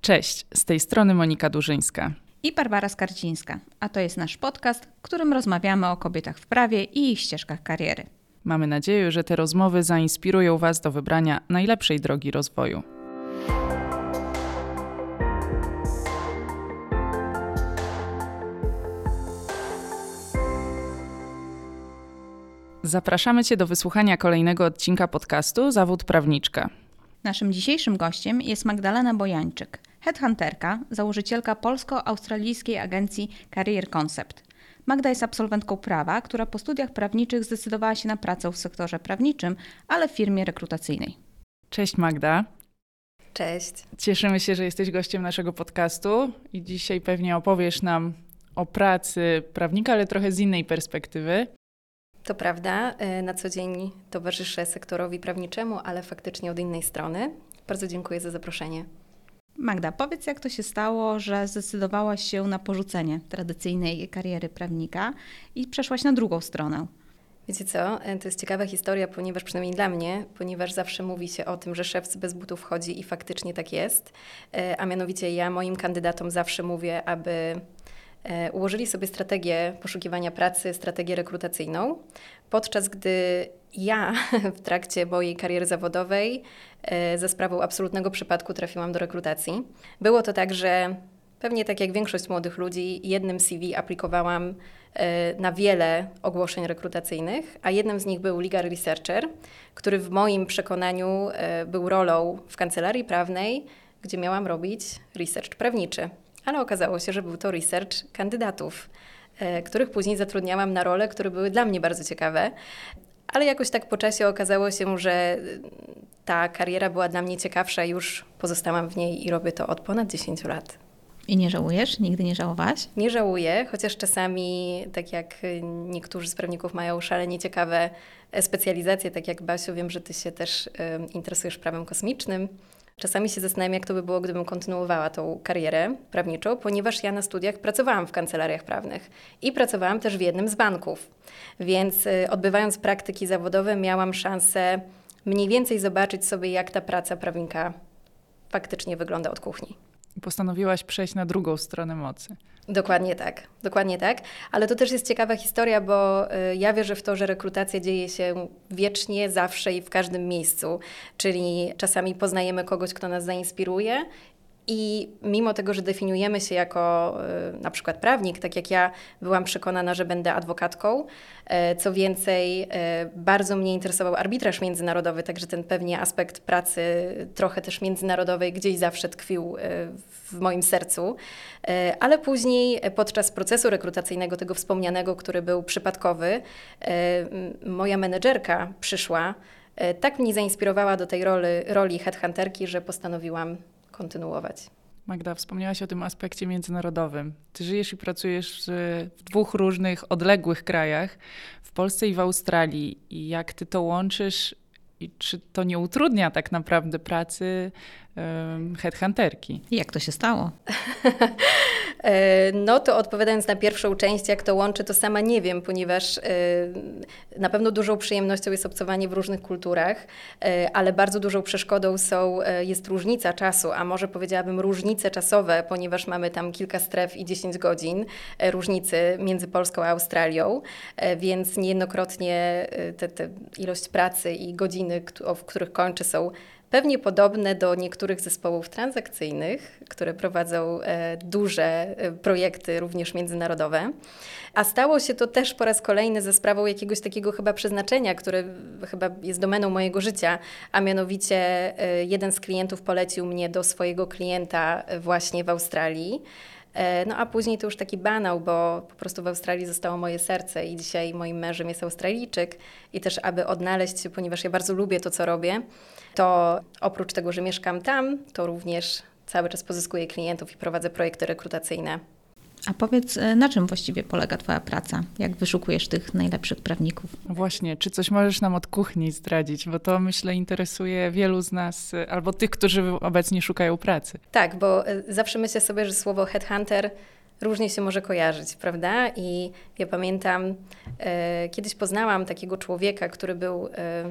Cześć, z tej strony Monika Durzyńska i Barbara Skarcińska, a to jest nasz podcast, w którym rozmawiamy o kobietach w prawie i ich ścieżkach kariery. Mamy nadzieję, że te rozmowy zainspirują Was do wybrania najlepszej drogi rozwoju. Zapraszamy Cię do wysłuchania kolejnego odcinka podcastu Zawód Prawniczka. Naszym dzisiejszym gościem jest Magdalena Bojańczyk, headhunterka, założycielka polsko-australijskiej agencji Career Concept. Magda jest absolwentką prawa, która po studiach prawniczych zdecydowała się na pracę w sektorze prawniczym, ale w firmie rekrutacyjnej. Cześć Magda. Cześć. Cieszymy się, że jesteś gościem naszego podcastu i dzisiaj pewnie opowiesz nam o pracy prawnika, ale trochę z innej perspektywy. To prawda, na co dzień towarzyszę sektorowi prawniczemu, ale faktycznie od innej strony. Bardzo dziękuję za zaproszenie. Magda, powiedz, jak to się stało, że zdecydowałaś się na porzucenie tradycyjnej kariery prawnika i przeszłaś na drugą stronę? Wiecie co, to jest ciekawa historia, ponieważ przynajmniej dla mnie, ponieważ zawsze mówi się o tym, że szef bez butów chodzi i faktycznie tak jest. A mianowicie ja moim kandydatom zawsze mówię, aby ułożyli sobie strategię poszukiwania pracy, strategię rekrutacyjną, podczas gdy ja w trakcie mojej kariery zawodowej za sprawą absolutnego przypadku trafiłam do rekrutacji. Było to tak, że pewnie tak jak większość młodych ludzi, jednym CV aplikowałam na wiele ogłoszeń rekrutacyjnych, a jednym z nich był legal researcher, który w moim przekonaniu był rolą w kancelarii prawnej, gdzie miałam robić research prawniczy. Ale okazało się, że był to research kandydatów, których później zatrudniałam na role, które były dla mnie bardzo ciekawe. Ale jakoś tak po czasie okazało się, że ta kariera była dla mnie ciekawsza i już pozostałam w niej i robię to od ponad 10 lat. I nie żałujesz? Nigdy nie żałowałaś? Nie żałuję, chociaż czasami, tak jak niektórzy z prawników mają szalenie ciekawe specjalizacje, tak jak Basiu, wiem, że Ty się też interesujesz prawem kosmicznym. Czasami się zastanawiam, jak to by było, gdybym kontynuowała tą karierę prawniczą, ponieważ ja na studiach pracowałam w kancelariach prawnych i pracowałam też w jednym z banków. Więc odbywając praktyki zawodowe miałam szansę mniej więcej zobaczyć sobie, jak ta praca prawnika faktycznie wygląda od kuchni. Postanowiłaś przejść na drugą stronę mocy. Dokładnie tak, ale to też jest ciekawa historia, bo ja wierzę w to, że rekrutacja dzieje się wiecznie, zawsze i w każdym miejscu, czyli czasami poznajemy kogoś, kto nas zainspiruje i mimo tego, że definiujemy się jako na przykład prawnik, tak jak ja byłam przekonana, że będę adwokatką, co więcej, bardzo mnie interesował arbitraż międzynarodowy, także ten pewnie aspekt pracy trochę też międzynarodowej gdzieś zawsze tkwił w moim sercu, ale później podczas procesu rekrutacyjnego, tego wspomnianego, który był przypadkowy, moja menedżerka przyszła, tak mnie zainspirowała do tej roli headhunterki, że postanowiłam kontynuować. Magda, wspomniałaś o tym aspekcie międzynarodowym. Ty żyjesz i pracujesz w dwóch różnych, odległych krajach, w Polsce i w Australii. I jak ty to łączysz i czy to nie utrudnia tak naprawdę pracy headhunterki? I jak to się stało? No to odpowiadając na pierwszą część, jak to łączy, to sama nie wiem, ponieważ na pewno dużą przyjemnością jest obcowanie w różnych kulturach, ale bardzo dużą przeszkodą jest różnica czasu, a może powiedziałabym różnice czasowe, ponieważ mamy tam kilka stref i 10 godzin różnicy między Polską a Australią, więc niejednokrotnie te ilość pracy i godziny, w których kończę, są pewnie podobne do niektórych zespołów transakcyjnych, które prowadzą duże projekty, również międzynarodowe. A stało się to też po raz kolejny ze sprawą jakiegoś takiego chyba przeznaczenia, które chyba jest domeną mojego życia, a mianowicie jeden z klientów polecił mnie do swojego klienta właśnie w Australii. No a później to już taki banał, bo po prostu w Australii zostało moje serce i dzisiaj moim mężem jest Australijczyk i też aby odnaleźć się, ponieważ ja bardzo lubię to, co robię, to oprócz tego, że mieszkam tam, to również cały czas pozyskuję klientów i prowadzę projekty rekrutacyjne. A powiedz, na czym właściwie polega Twoja praca? Jak wyszukujesz tych najlepszych prawników? No właśnie, czy coś możesz nam od kuchni zdradzić? Bo to, myślę, interesuje wielu z nas, albo tych, którzy obecnie szukają pracy. Tak, bo zawsze myślę sobie, że słowo headhunter różnie się może kojarzyć, prawda? I ja pamiętam, kiedyś poznałam takiego człowieka, który był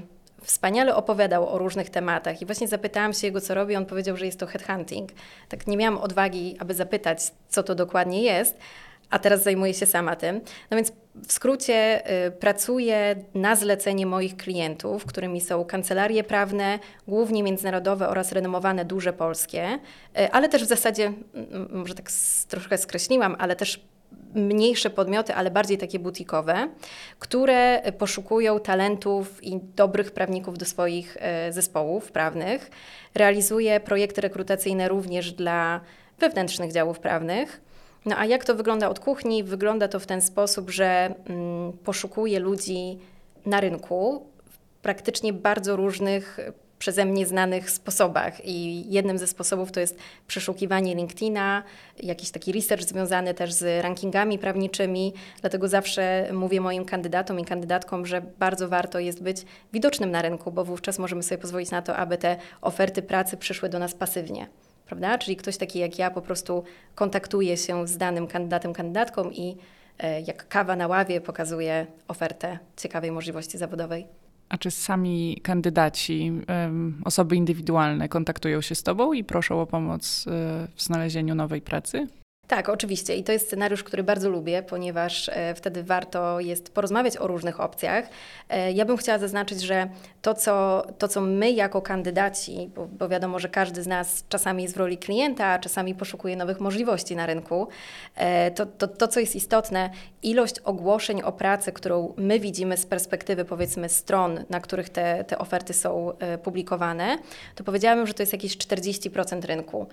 wspaniale opowiadał o różnych tematach i właśnie zapytałam się jego, co robi, on powiedział, że jest to headhunting. Tak nie miałam odwagi, aby zapytać, co to dokładnie jest, a teraz zajmuję się sama tym. No więc w skrócie pracuję na zlecenie moich klientów, którymi są kancelarie prawne, głównie międzynarodowe oraz renomowane duże polskie, ale też w zasadzie, może tak troszkę skreśliłam, ale też mniejsze podmioty, ale bardziej takie butikowe, które poszukują talentów i dobrych prawników do swoich zespołów prawnych. Realizuję projekty rekrutacyjne również dla wewnętrznych działów prawnych. No a jak to wygląda od kuchni? Wygląda to w ten sposób, że poszukuję ludzi na rynku w praktycznie bardzo różnych przeze mnie znanych sposobach i jednym ze sposobów to jest przeszukiwanie LinkedIna, jakiś taki research związany też z rankingami prawniczymi, dlatego zawsze mówię moim kandydatom i kandydatkom, że bardzo warto jest być widocznym na rynku, bo wówczas możemy sobie pozwolić na to, aby te oferty pracy przyszły do nas pasywnie. Prawda? Czyli ktoś taki jak ja po prostu kontaktuje się z danym kandydatem, kandydatką i jak kawa na ławie pokazuje ofertę ciekawej możliwości zawodowej. A czy sami kandydaci, osoby indywidualne kontaktują się z tobą i proszą o pomoc w znalezieniu nowej pracy? Tak, oczywiście. I to jest scenariusz, który bardzo lubię, ponieważ wtedy warto jest porozmawiać o różnych opcjach. Ja bym chciała zaznaczyć, że to, co my jako kandydaci, bo wiadomo, że każdy z nas czasami jest w roli klienta, a czasami poszukuje nowych możliwości na rynku, to co jest istotne, ilość ogłoszeń o pracę, którą my widzimy z perspektywy, powiedzmy, stron, na których te oferty są publikowane, to powiedziałabym, że to jest jakieś 40% rynku.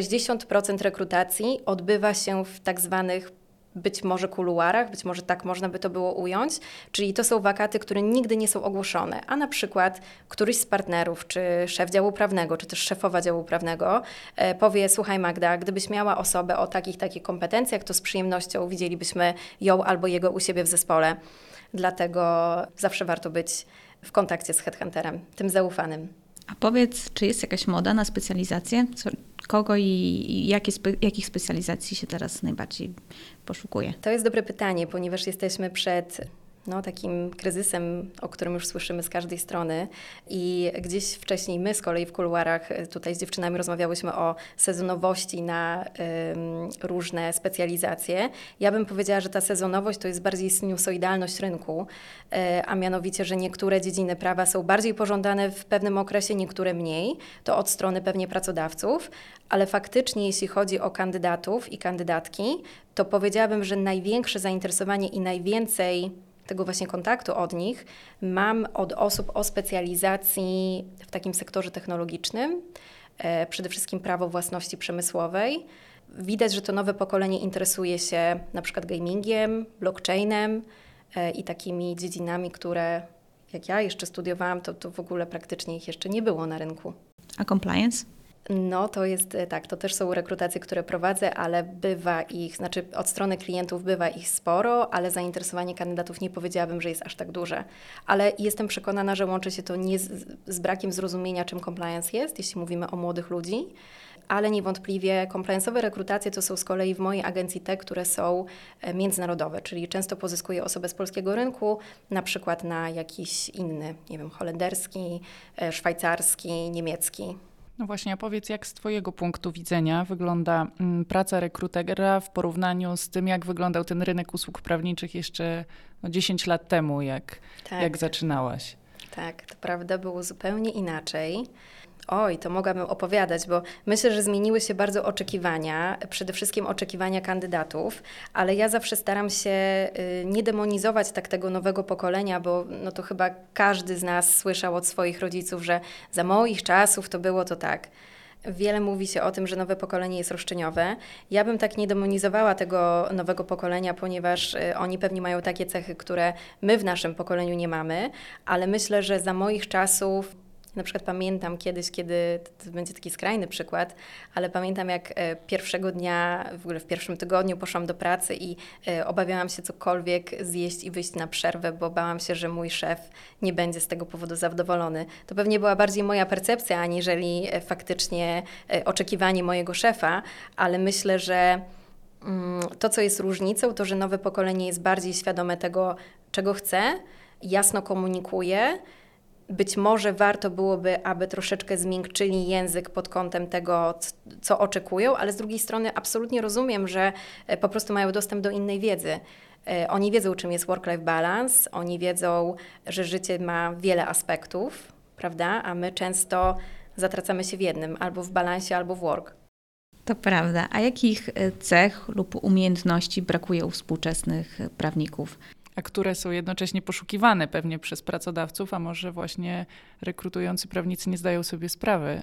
60% rekrutacji odbywa się w tak zwanych być może kuluarach, być może tak można by to było ująć, czyli to są wakaty, które nigdy nie są ogłoszone, a na przykład któryś z partnerów, czy szef działu prawnego, czy też szefowa działu prawnego powie: słuchaj Magda, gdybyś miała osobę o takich kompetencjach, to z przyjemnością widzielibyśmy ją albo jego u siebie w zespole. Dlatego zawsze warto być w kontakcie z headhunterem, tym zaufanym. A powiedz, czy jest jakaś moda na specjalizację? Kogo i jakich specjalizacji się teraz najbardziej poszukuje? To jest dobre pytanie, ponieważ jesteśmy przed takim kryzysem, o którym już słyszymy z każdej strony i gdzieś wcześniej my z kolei w kuluarach tutaj z dziewczynami rozmawiałyśmy o sezonowości na różne specjalizacje. Ja bym powiedziała, że ta sezonowość to jest bardziej sinusoidalność rynku, a mianowicie, że niektóre dziedziny prawa są bardziej pożądane w pewnym okresie, niektóre mniej. To od strony pewnie pracodawców, ale faktycznie jeśli chodzi o kandydatów i kandydatki, to powiedziałabym, że największe zainteresowanie i najwięcej tego właśnie kontaktu od nich mam od osób o specjalizacji w takim sektorze technologicznym, przede wszystkim prawo własności przemysłowej. Widać, że to nowe pokolenie interesuje się na przykład gamingiem, blockchainem i takimi dziedzinami, które jak ja jeszcze studiowałam, to w ogóle praktycznie ich jeszcze nie było na rynku. A compliance? No to jest tak, to też są rekrutacje, które prowadzę, ale bywa ich, znaczy od strony klientów bywa ich sporo, ale zainteresowanie kandydatów nie powiedziałabym, że jest aż tak duże. Ale jestem przekonana, że łączy się to nie z brakiem zrozumienia, czym compliance jest, jeśli mówimy o młodych ludzi, ale niewątpliwie compliance'owe rekrutacje to są z kolei w mojej agencji te, które są międzynarodowe, czyli często pozyskuję osobę z polskiego rynku, na przykład na jakiś inny, nie wiem, holenderski, szwajcarski, niemiecki. No właśnie, a powiedz, jak z twojego punktu widzenia wygląda praca rekrutera w porównaniu z tym, jak wyglądał ten rynek usług prawniczych jeszcze 10 lat temu, jak zaczynałaś? Tak, to prawda, było zupełnie inaczej. Oj, to mogłabym opowiadać, bo myślę, że zmieniły się bardzo oczekiwania, przede wszystkim oczekiwania kandydatów, ale ja zawsze staram się nie demonizować tak tego nowego pokolenia, bo to chyba każdy z nas słyszał od swoich rodziców, że za moich czasów to było to tak. Wiele mówi się o tym, że nowe pokolenie jest roszczeniowe. Ja bym tak nie demonizowała tego nowego pokolenia, ponieważ oni pewnie mają takie cechy, które my w naszym pokoleniu nie mamy, ale myślę, że za moich czasów, na przykład pamiętam kiedyś, kiedy, to będzie taki skrajny przykład, ale pamiętam jak pierwszego dnia, w ogóle w pierwszym tygodniu poszłam do pracy i obawiałam się cokolwiek zjeść i wyjść na przerwę, bo bałam się, że mój szef nie będzie z tego powodu zadowolony. To pewnie była bardziej moja percepcja, aniżeli faktycznie oczekiwanie mojego szefa, ale myślę, że to, co jest różnicą, to, że nowe pokolenie jest bardziej świadome tego, czego chce, jasno komunikuje być może warto byłoby, aby troszeczkę zmiękczyli język pod kątem tego, co oczekują, ale z drugiej strony absolutnie rozumiem, że po prostu mają dostęp do innej wiedzy. Oni wiedzą, czym jest work-life balance, oni wiedzą, że życie ma wiele aspektów, prawda? A my często zatracamy się w jednym, albo w balansie, albo w work. To prawda. A jakich cech lub umiejętności brakuje u współczesnych prawników? A które są jednocześnie poszukiwane pewnie przez pracodawców, a może właśnie rekrutujący prawnicy nie zdają sobie sprawy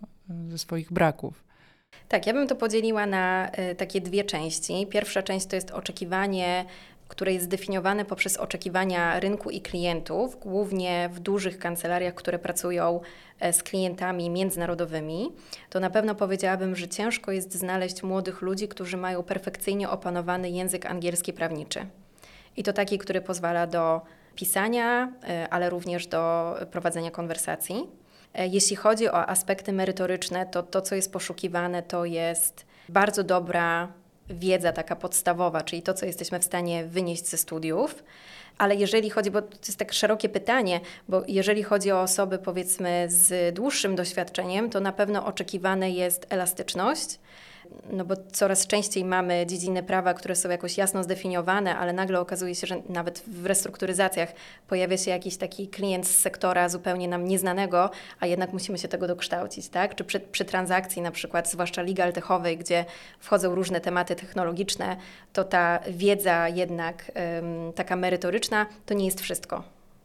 ze swoich braków. Tak, ja bym to podzieliła na takie dwie części. Pierwsza część to jest oczekiwanie, które jest zdefiniowane poprzez oczekiwania rynku i klientów, głównie w dużych kancelariach, które pracują z klientami międzynarodowymi. To na pewno powiedziałabym, że ciężko jest znaleźć młodych ludzi, którzy mają perfekcyjnie opanowany język angielski prawniczy. I to taki, który pozwala do pisania, ale również do prowadzenia konwersacji. Jeśli chodzi o aspekty merytoryczne, to co jest poszukiwane, to jest bardzo dobra wiedza taka podstawowa, czyli to, co jesteśmy w stanie wynieść ze studiów. Ale jeżeli chodzi, bo to jest tak szerokie pytanie, bo jeżeli chodzi o osoby powiedzmy z dłuższym doświadczeniem, to na pewno oczekiwane jest elastyczność, no bo coraz częściej mamy dziedziny prawa, które są jakoś jasno zdefiniowane, ale nagle okazuje się, że nawet w restrukturyzacjach pojawia się jakiś taki klient z sektora zupełnie nam nieznanego, a jednak musimy się tego dokształcić, tak? Czy przy transakcji na przykład, zwłaszcza legal techowej, gdzie wchodzą różne tematy technologiczne, to ta wiedza jednak taka merytoryczna, to nie jest wszystko.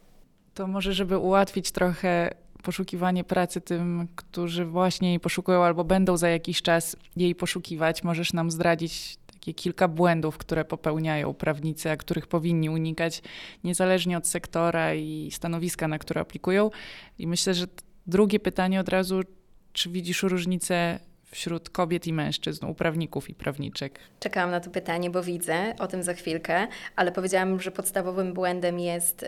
To może, żeby ułatwić trochę poszukiwanie pracy tym, którzy właśnie jej poszukują albo będą za jakiś czas jej poszukiwać, możesz nam zdradzić takie kilka błędów, które popełniają prawnicy, a których powinni unikać, niezależnie od sektora i stanowiska, na które aplikują. I myślę, że drugie pytanie od razu, czy widzisz różnicę wśród kobiet i mężczyzn, u prawników i prawniczek? Czekałam na to pytanie, bo widzę o tym za chwilkę, ale powiedziałam, że podstawowym błędem jest,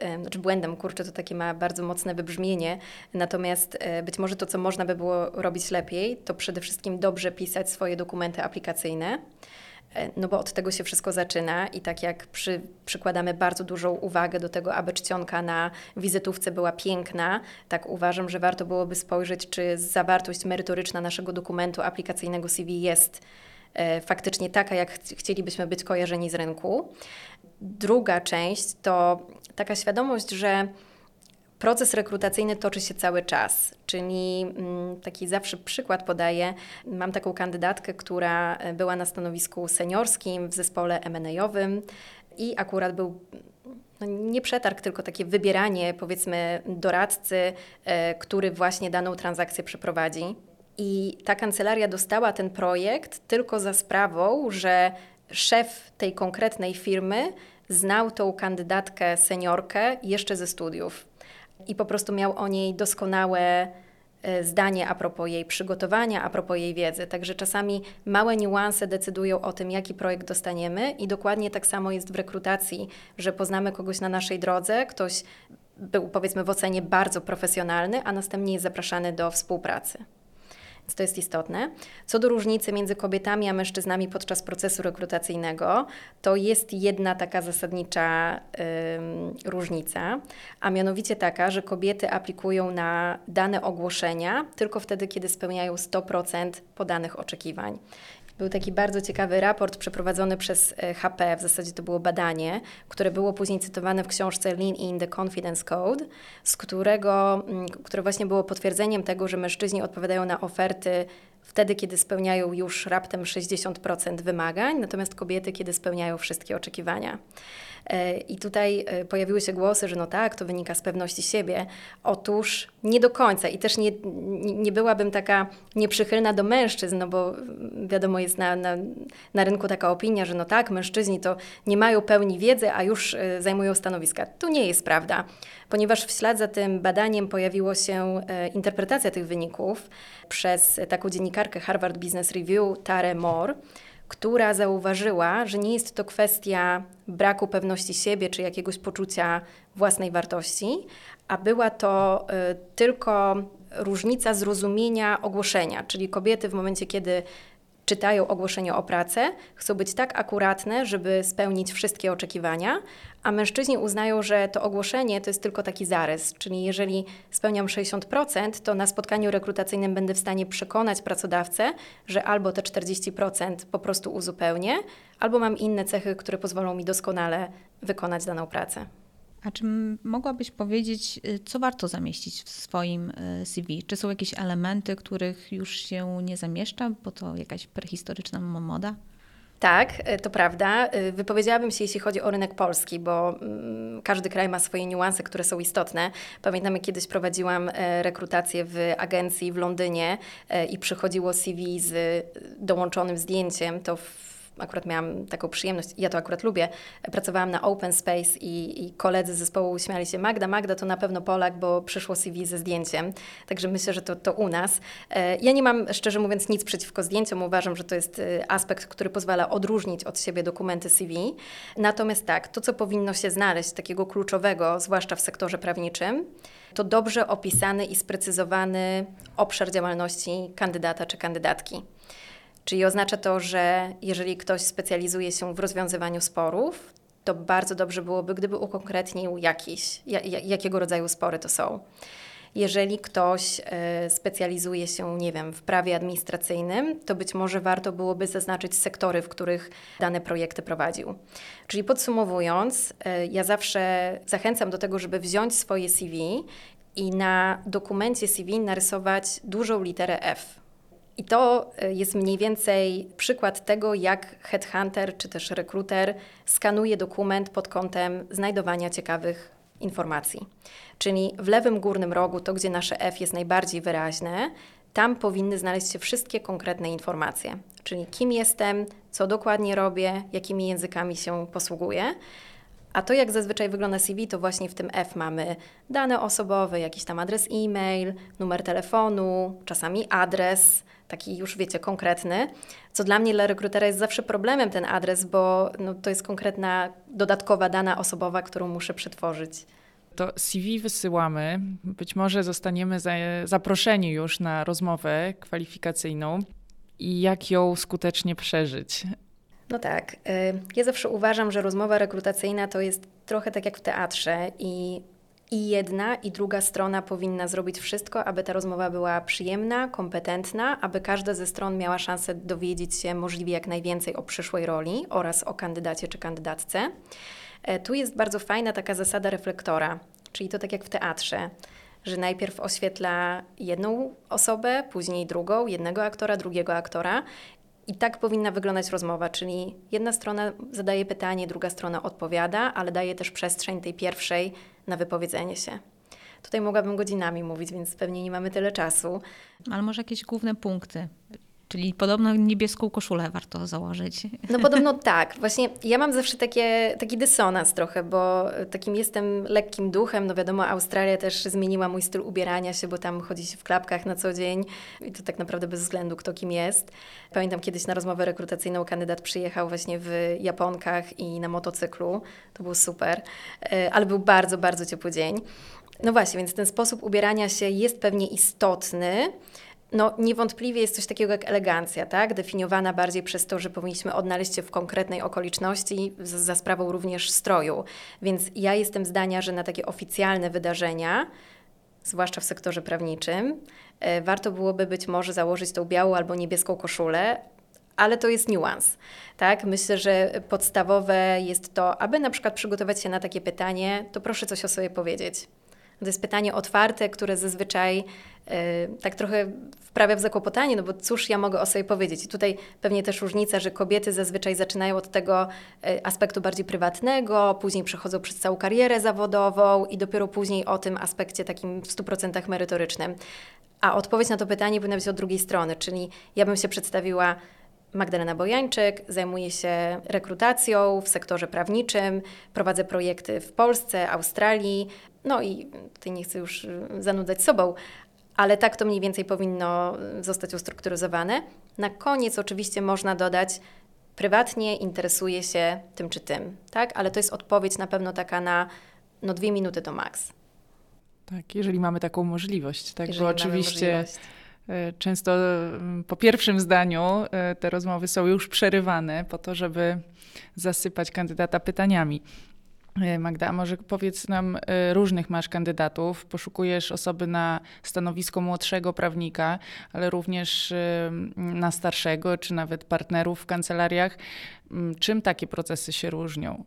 to takie ma bardzo mocne wybrzmienie, natomiast być może to, co można by było robić lepiej, to przede wszystkim dobrze pisać swoje dokumenty aplikacyjne, no bo od tego się wszystko zaczyna i tak jak przykładamy bardzo dużą uwagę do tego, aby czcionka na wizytówce była piękna, tak uważam, że warto byłoby spojrzeć, czy zawartość merytoryczna naszego dokumentu aplikacyjnego CV jest faktycznie taka, jak chcielibyśmy być kojarzeni z rynku. Druga część to taka świadomość, że proces rekrutacyjny toczy się cały czas, czyli taki zawsze przykład podaję. Mam taką kandydatkę, która była na stanowisku seniorskim w zespole M&A-owym i akurat był nie przetarg, tylko takie wybieranie powiedzmy doradcy, który właśnie daną transakcję przeprowadzi. I ta kancelaria dostała ten projekt tylko za sprawą, że szef tej konkretnej firmy znał tą kandydatkę seniorkę jeszcze ze studiów. I po prostu miał o niej doskonałe zdanie a propos jej przygotowania, a propos jej wiedzy. Także czasami małe niuanse decydują o tym, jaki projekt dostaniemy i dokładnie tak samo jest w rekrutacji, że poznamy kogoś na naszej drodze, ktoś był powiedzmy w ocenie bardzo profesjonalny, a następnie jest zapraszany do współpracy. Więc to jest istotne. Co do różnicy między kobietami a mężczyznami podczas procesu rekrutacyjnego, to jest jedna taka zasadnicza różnica, a mianowicie taka, że kobiety aplikują na dane ogłoszenia tylko wtedy, kiedy spełniają 100% podanych oczekiwań. Był taki bardzo ciekawy raport przeprowadzony przez HP, w zasadzie to było badanie, które było później cytowane w książce Lean in the Confidence Code, które właśnie było potwierdzeniem tego, że mężczyźni odpowiadają na oferty wtedy, kiedy spełniają już raptem 60% wymagań, natomiast kobiety, kiedy spełniają wszystkie oczekiwania. I tutaj pojawiły się głosy, że no tak, to wynika z pewności siebie. Otóż nie do końca i też nie byłabym taka nieprzychylna do mężczyzn, no bo wiadomo jest na rynku taka opinia, że no tak, mężczyźni to nie mają pełni wiedzy, a już zajmują stanowiska. To nie jest prawda, ponieważ w ślad za tym badaniem pojawiła się interpretacja tych wyników przez taką dziennikarkę Harvard Business Review, Tarę Moore, która zauważyła, że nie jest to kwestia braku pewności siebie czy jakiegoś poczucia własnej wartości, a była to tylko różnica zrozumienia ogłoszenia, czyli kobiety w momencie, kiedy czytają ogłoszenie o pracę, chcą być tak akuratne, żeby spełnić wszystkie oczekiwania, a mężczyźni uznają, że to ogłoszenie to jest tylko taki zarys, czyli jeżeli spełniam 60%, to na spotkaniu rekrutacyjnym będę w stanie przekonać pracodawcę, że albo te 40% po prostu uzupełnię, albo mam inne cechy, które pozwolą mi doskonale wykonać daną pracę. A czy mogłabyś powiedzieć, co warto zamieścić w swoim CV? Czy są jakieś elementy, których już się nie zamieszcza, bo to jakaś prehistoryczna moda? Tak, to prawda. Wypowiedziałabym się, jeśli chodzi o rynek polski, bo każdy kraj ma swoje niuanse, które są istotne. Pamiętam, jak kiedyś prowadziłam rekrutację w agencji w Londynie i przychodziło CV z dołączonym zdjęciem, to akurat miałam taką przyjemność, ja to akurat lubię, pracowałam na Open Space i koledzy z zespołu śmiali się, Magda to na pewno Polak, bo przyszło CV ze zdjęciem, także myślę, że to u nas. Ja nie mam, szczerze mówiąc, nic przeciwko zdjęciom, uważam, że to jest aspekt, który pozwala odróżnić od siebie dokumenty CV. Natomiast tak, to co powinno się znaleźć takiego kluczowego, zwłaszcza w sektorze prawniczym, to dobrze opisany i sprecyzowany obszar działalności kandydata czy kandydatki. Czyli oznacza to, że jeżeli ktoś specjalizuje się w rozwiązywaniu sporów, to bardzo dobrze byłoby, gdyby ukonkretnił jakiego rodzaju spory to są. Jeżeli ktoś specjalizuje się, nie wiem, w prawie administracyjnym, to być może warto byłoby zaznaczyć sektory, w których dane projekty prowadził. Czyli podsumowując, ja zawsze zachęcam do tego, żeby wziąć swoje CV i na dokumencie CV narysować dużą literę F. I to jest mniej więcej przykład tego, jak headhunter czy też rekruter skanuje dokument pod kątem znajdowania ciekawych informacji. Czyli w lewym górnym rogu, to gdzie nasze F jest najbardziej wyraźne, tam powinny znaleźć się wszystkie konkretne informacje. Czyli kim jestem, co dokładnie robię, jakimi językami się posługuję. A to, jak zazwyczaj wygląda CV, to właśnie w tym F mamy dane osobowe, jakiś tam adres e-mail, numer telefonu, czasami adres, taki już wiecie, konkretny, co dla mnie, dla rekrutera jest zawsze problemem ten adres, bo to jest konkretna, dodatkowa dana osobowa, którą muszę przetworzyć. To CV wysyłamy, być może zostaniemy zaproszeni już na rozmowę kwalifikacyjną i jak ją skutecznie przeżyć. No tak, ja zawsze uważam, że rozmowa rekrutacyjna to jest trochę tak jak w teatrze i jedna i druga strona powinna zrobić wszystko, aby ta rozmowa była przyjemna, kompetentna, aby każda ze stron miała szansę dowiedzieć się możliwie jak najwięcej o przyszłej roli oraz o kandydacie czy kandydatce. Tu jest bardzo fajna taka zasada reflektora, czyli to tak jak w teatrze, że najpierw oświetla jedną osobę, później drugą, jednego aktora, drugiego aktora. I tak powinna wyglądać rozmowa, czyli jedna strona zadaje pytanie, druga strona odpowiada, ale daje też przestrzeń tej pierwszej na wypowiedzenie się. Tutaj mogłabym godzinami mówić, więc pewnie nie mamy tyle czasu. Ale może jakieś główne punkty? Czyli podobno niebieską koszulę warto założyć. No podobno tak. Właśnie ja mam zawsze taki dysonans trochę, bo takim jestem lekkim duchem. No wiadomo, Australia też zmieniła mój styl ubierania się, bo tam chodzi się w klapkach na co dzień i to tak naprawdę bez względu kto kim jest. Pamiętam kiedyś na rozmowę rekrutacyjną kandydat przyjechał właśnie w japonkach i na motocyklu. To było super, ale był bardzo, bardzo ciepły dzień. No właśnie, więc ten sposób ubierania się jest pewnie istotny. No niewątpliwie jest coś takiego jak elegancja, tak? Definiowana bardziej przez to, że powinniśmy odnaleźć się w konkretnej okoliczności za sprawą również stroju. Więc ja jestem zdania, że na takie oficjalne wydarzenia, zwłaszcza w sektorze prawniczym, warto byłoby być może założyć tą białą albo niebieską koszulę, ale to jest niuans, tak? Myślę, że podstawowe jest to, aby na przykład przygotować się na takie pytanie, to proszę coś o sobie powiedzieć. To jest pytanie otwarte, które zazwyczaj tak trochę wprawia w zakłopotanie, no bo cóż ja mogę o sobie powiedzieć. I tutaj pewnie też różnica, że kobiety zazwyczaj zaczynają od tego aspektu bardziej prywatnego, później przechodzą przez całą karierę zawodową i dopiero później o tym aspekcie takim w 100% merytorycznym. A odpowiedź na to pytanie powinna być od drugiej strony, czyli ja bym się przedstawiła: Magdalena Bojańczyk, zajmuję się rekrutacją w sektorze prawniczym, prowadzę projekty w Polsce, Australii, no i tutaj nie chcę już zanudzać sobą, ale tak to mniej więcej powinno zostać ustrukturyzowane. Na koniec oczywiście można dodać: prywatnie interesuję się tym czy tym, tak? Ale to jest odpowiedź na pewno taka na 2 minuty to maks. Tak, jeżeli mamy taką możliwość, tak? Jeżeli Bo oczywiście Często po pierwszym zdaniu te rozmowy są już przerywane po to, żeby zasypać kandydata pytaniami. Magda, a może powiedz nam, różnych masz kandydatów, poszukujesz osoby na stanowisko młodszego prawnika, ale również na starszego, czy nawet partnerów w kancelariach. Czym takie procesy się różnią?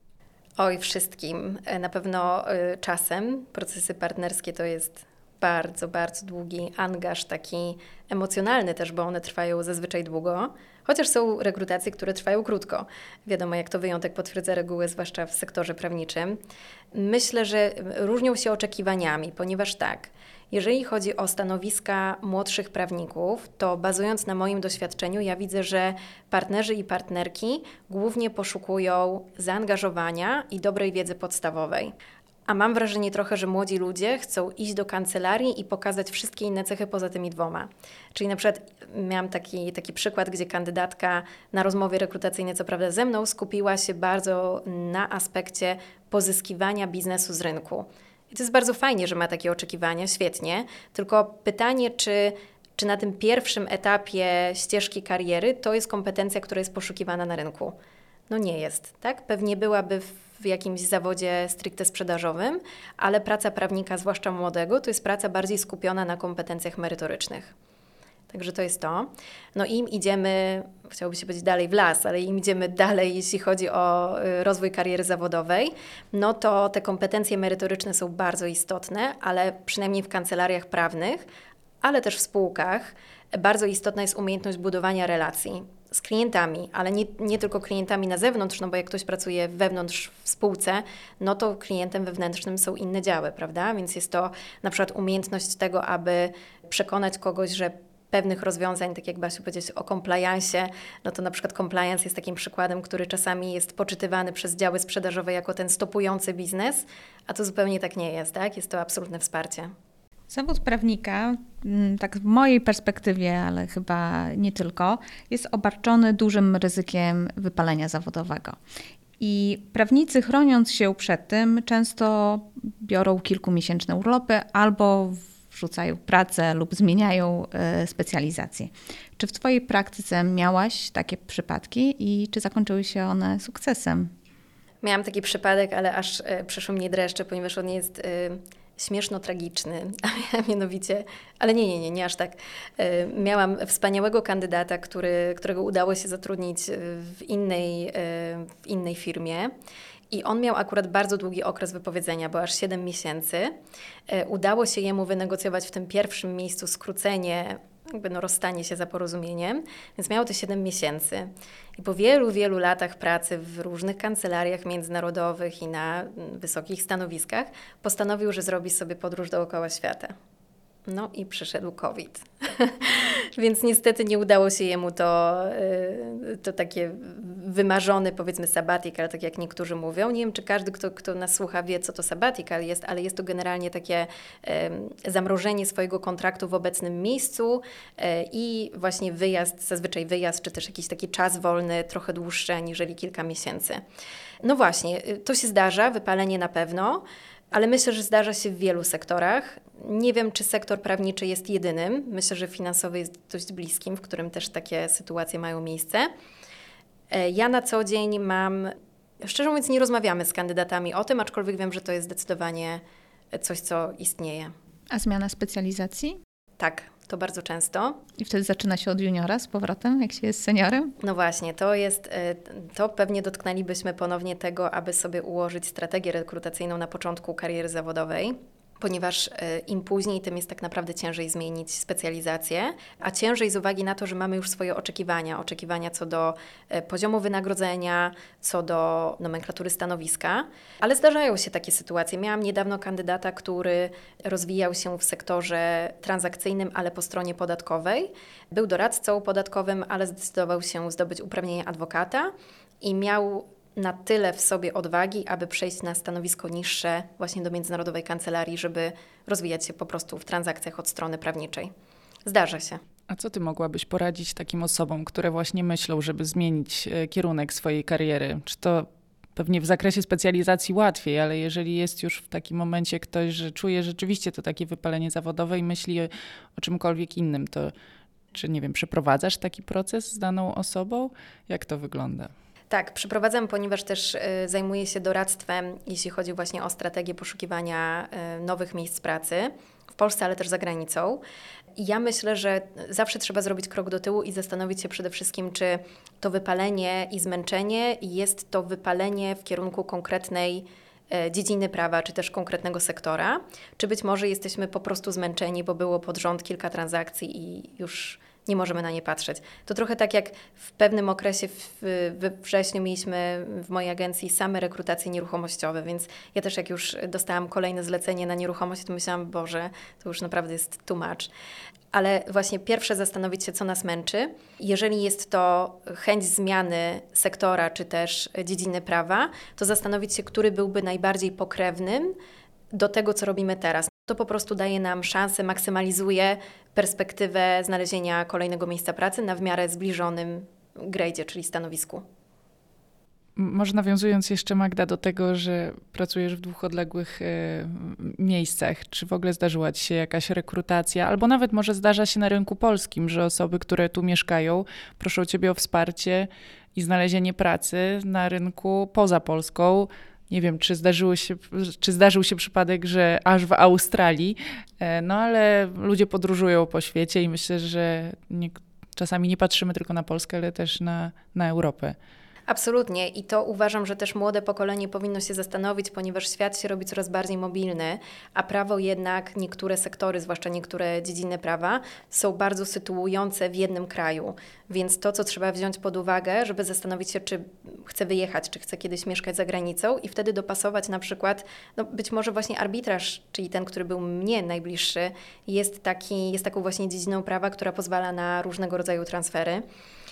Oj, wszystkim. Na pewno czasem. Procesy partnerskie to jest bardzo, bardzo długi angaż, taki emocjonalny też, bo one trwają zazwyczaj długo, chociaż są rekrutacje, które trwają krótko. Wiadomo, jak to wyjątek potwierdza regułę, zwłaszcza w sektorze prawniczym. Myślę, że różnią się oczekiwaniami, ponieważ tak, jeżeli chodzi o stanowiska młodszych prawników, to bazując na moim doświadczeniu, ja widzę, że partnerzy i partnerki głównie poszukują zaangażowania i dobrej wiedzy podstawowej. A mam wrażenie trochę, że młodzi ludzie chcą iść do kancelarii i pokazać wszystkie inne cechy poza tymi dwoma. Czyli na przykład miałam taki przykład, gdzie kandydatka na rozmowie rekrutacyjnej, co prawda ze mną, skupiła się bardzo na aspekcie pozyskiwania biznesu z rynku. I to jest bardzo fajnie, że ma takie oczekiwania, świetnie. Tylko pytanie, czy na tym pierwszym etapie ścieżki kariery to jest kompetencja, która jest poszukiwana na rynku? No nie jest, tak? Pewnie byłaby w jakimś zawodzie stricte sprzedażowym, ale praca prawnika, zwłaszcza młodego, to jest praca bardziej skupiona na kompetencjach merytorycznych. Także to jest to. No i im idziemy, chciałoby się powiedzieć dalej w las, ale im idziemy dalej, jeśli chodzi o rozwój kariery zawodowej, no to te kompetencje merytoryczne są bardzo istotne, ale przynajmniej w kancelariach prawnych, ale też w spółkach bardzo istotna jest umiejętność budowania relacji z klientami, ale nie tylko klientami na zewnątrz, no bo jak ktoś pracuje wewnątrz w spółce, no to klientem wewnętrznym są inne działy, prawda? Więc jest to na przykład umiejętność tego, aby przekonać kogoś, że pewnych rozwiązań, tak jak Basiu powiedziałeś o compliance'ie, no to na przykład compliance jest takim przykładem, który czasami jest poczytywany przez działy sprzedażowe jako ten stopujący biznes, a to zupełnie tak nie jest, tak? Jest to absolutne wsparcie. Zawód prawnika, tak w mojej perspektywie, ale chyba nie tylko, jest obarczony dużym ryzykiem wypalenia zawodowego. I prawnicy, chroniąc się przed tym, często biorą kilkumiesięczne urlopy albo wrzucają pracę lub zmieniają specjalizację. Czy w Twojej praktyce miałaś takie przypadki i czy zakończyły się one sukcesem? Miałam taki przypadek, ale aż przeszły mnie dreszcze, ponieważ on jest śmieszno-tragiczny, a mianowicie, ale nie aż tak. Miałam wspaniałego kandydata, którego udało się zatrudnić w innej firmie. I on miał akurat bardzo długi okres wypowiedzenia, bo aż 7 miesięcy. Udało się jemu wynegocjować w tym pierwszym miejscu skrócenie, rozstanie się za porozumieniem, więc miał te 7 miesięcy. I po wielu, wielu latach pracy w różnych kancelariach międzynarodowych i na wysokich stanowiskach postanowił, że zrobi sobie podróż dookoła świata. No i przyszedł COVID. Więc niestety nie udało się jemu to takie wymarzony, powiedzmy, sabbatical, tak jak niektórzy mówią. Nie wiem, czy każdy, kto nas słucha, wie, co to sabbatical jest, ale jest to generalnie takie zamrożenie swojego kontraktu w obecnym miejscu i właśnie zazwyczaj wyjazd, czy też jakiś taki czas wolny, trochę dłuższy, aniżeli kilka miesięcy. No właśnie, to się zdarza, wypalenie na pewno, ale myślę, że zdarza się w wielu sektorach. Nie wiem, czy sektor prawniczy jest jedynym. Myślę, że finansowy jest dość bliskim, w którym też takie sytuacje mają miejsce. Ja na co dzień szczerze mówiąc, nie rozmawiamy z kandydatami o tym, aczkolwiek wiem, że to jest zdecydowanie coś, co istnieje. A zmiana specjalizacji? Tak, to bardzo często. I wtedy zaczyna się od juniora z powrotem, jak się jest seniorem? No właśnie, to pewnie dotknęlibyśmy ponownie tego, aby sobie ułożyć strategię rekrutacyjną na początku kariery zawodowej, ponieważ im później, tym jest tak naprawdę ciężej zmienić specjalizację, a ciężej z uwagi na to, że mamy już swoje oczekiwania co do poziomu wynagrodzenia, co do nomenklatury stanowiska, ale zdarzają się takie sytuacje. Miałam niedawno kandydata, który rozwijał się w sektorze transakcyjnym, ale po stronie podatkowej. Był doradcą podatkowym, ale zdecydował się zdobyć uprawnienie adwokata i miał na tyle w sobie odwagi, aby przejść na stanowisko niższe właśnie do międzynarodowej kancelarii, żeby rozwijać się po prostu w transakcjach od strony prawniczej. Zdarza się. A co ty mogłabyś poradzić takim osobom, które właśnie myślą, żeby zmienić kierunek swojej kariery? Czy to pewnie w zakresie specjalizacji łatwiej, ale jeżeli jest już w takim momencie ktoś, że czuje rzeczywiście to takie wypalenie zawodowe i myśli o czymkolwiek innym, to czy, nie wiem, przeprowadzasz taki proces z daną osobą? Jak to wygląda? Tak, przeprowadzam, ponieważ też zajmuję się doradztwem, jeśli chodzi właśnie o strategię poszukiwania nowych miejsc pracy w Polsce, ale też za granicą. I ja myślę, że zawsze trzeba zrobić krok do tyłu i zastanowić się przede wszystkim, czy to wypalenie i zmęczenie jest to wypalenie w kierunku konkretnej dziedziny prawa, czy też konkretnego sektora, czy być może jesteśmy po prostu zmęczeni, bo było pod rząd kilka transakcji i już nie możemy na nie patrzeć. To trochę tak jak w pewnym okresie we wrześniu mieliśmy w mojej agencji same rekrutacje nieruchomościowe, więc ja też jak już dostałam kolejne zlecenie na nieruchomość, to myślałam, Boże, to już naprawdę jest too much. Ale właśnie pierwsze zastanowić się, co nas męczy. Jeżeli jest to chęć zmiany sektora, czy też dziedziny prawa, to zastanowić się, który byłby najbardziej pokrewnym do tego, co robimy teraz. To po prostu daje nam szansę, maksymalizuje perspektywę znalezienia kolejnego miejsca pracy na w miarę zbliżonym gradzie, czyli stanowisku. Może nawiązując jeszcze, Magda, do tego, że pracujesz w 2 odległych miejscach, czy w ogóle zdarzyła ci się jakaś rekrutacja, albo nawet może zdarza się na rynku polskim, że osoby, które tu mieszkają, proszą ciebie o wsparcie i znalezienie pracy na rynku poza Polską. Nie wiem, czy zdarzył się przypadek, że aż w Australii, no ale ludzie podróżują po świecie i myślę, że czasami nie patrzymy tylko na Polskę, ale też na Europę. Absolutnie i to uważam, że też młode pokolenie powinno się zastanowić, ponieważ świat się robi coraz bardziej mobilny, a prawo jednak, niektóre sektory, zwłaszcza niektóre dziedziny prawa, są bardzo sytuujące w jednym kraju. Więc to, co trzeba wziąć pod uwagę, żeby zastanowić się, czy chcę wyjechać, czy chcę kiedyś mieszkać za granicą i wtedy dopasować na przykład, no być może właśnie arbitraż, czyli ten, który był mnie najbliższy, jest taką właśnie dziedziną prawa, która pozwala na różnego rodzaju transfery.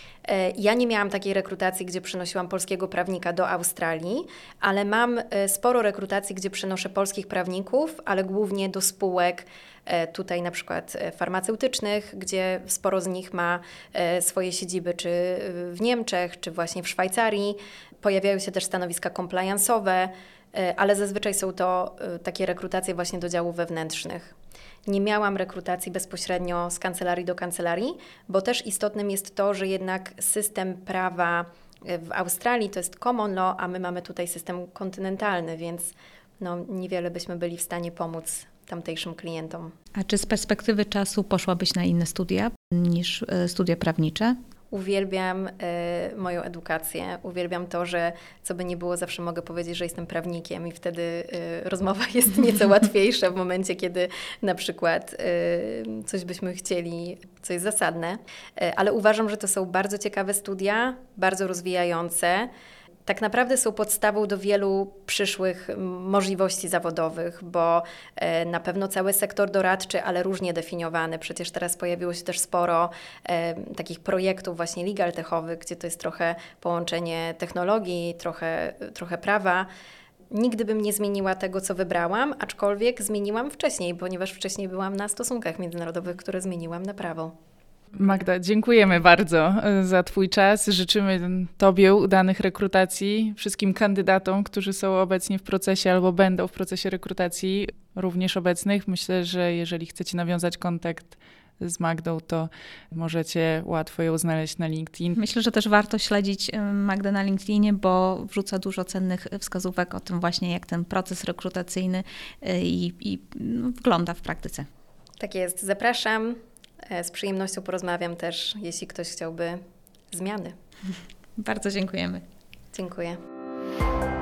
Ja nie miałam takiej rekrutacji, gdzie przynosiłam polskiego prawnika do Australii, ale mam sporo rekrutacji, gdzie przynoszę polskich prawników, ale głównie do spółek tutaj na przykład farmaceutycznych, gdzie sporo z nich ma swoje siedziby czy w Niemczech, czy właśnie w Szwajcarii. Pojawiają się też stanowiska compliance'owe, ale zazwyczaj są to takie rekrutacje właśnie do działów wewnętrznych. Nie miałam rekrutacji bezpośrednio z kancelarii do kancelarii, bo też istotnym jest to, że jednak system prawa w Australii to jest common law, a my mamy tutaj system kontynentalny, więc niewiele byśmy byli w stanie pomóc tamtejszym klientom. A czy z perspektywy czasu poszłabyś na inne studia niż studia prawnicze? Uwielbiam moją edukację, uwielbiam to, że co by nie było, zawsze mogę powiedzieć, że jestem prawnikiem i wtedy rozmowa jest nieco łatwiejsza w momencie, kiedy na przykład coś byśmy chcieli, co jest zasadne. Ale uważam, że to są bardzo ciekawe studia, bardzo rozwijające. Tak naprawdę są podstawą do wielu przyszłych możliwości zawodowych, bo na pewno cały sektor doradczy, ale różnie definiowany. Przecież teraz pojawiło się też sporo takich projektów właśnie legal techowych, gdzie to jest trochę połączenie technologii, trochę prawa. Nigdy bym nie zmieniła tego, co wybrałam, aczkolwiek zmieniłam wcześniej, ponieważ wcześniej byłam na stosunkach międzynarodowych, które zmieniłam na prawo. Magda, dziękujemy bardzo za Twój czas. Życzymy Tobie udanych rekrutacji, wszystkim kandydatom, którzy są obecnie w procesie albo będą w procesie rekrutacji, również obecnych. Myślę, że jeżeli chcecie nawiązać kontakt z Magdą, to możecie łatwo ją znaleźć na LinkedIn. Myślę, że też warto śledzić Magdę na LinkedInie, bo wrzuca dużo cennych wskazówek o tym właśnie, jak ten proces rekrutacyjny wygląda w praktyce. Tak jest, zapraszam. Z przyjemnością porozmawiam też, jeśli ktoś chciałby zmiany. Bardzo dziękujemy. Dziękuję.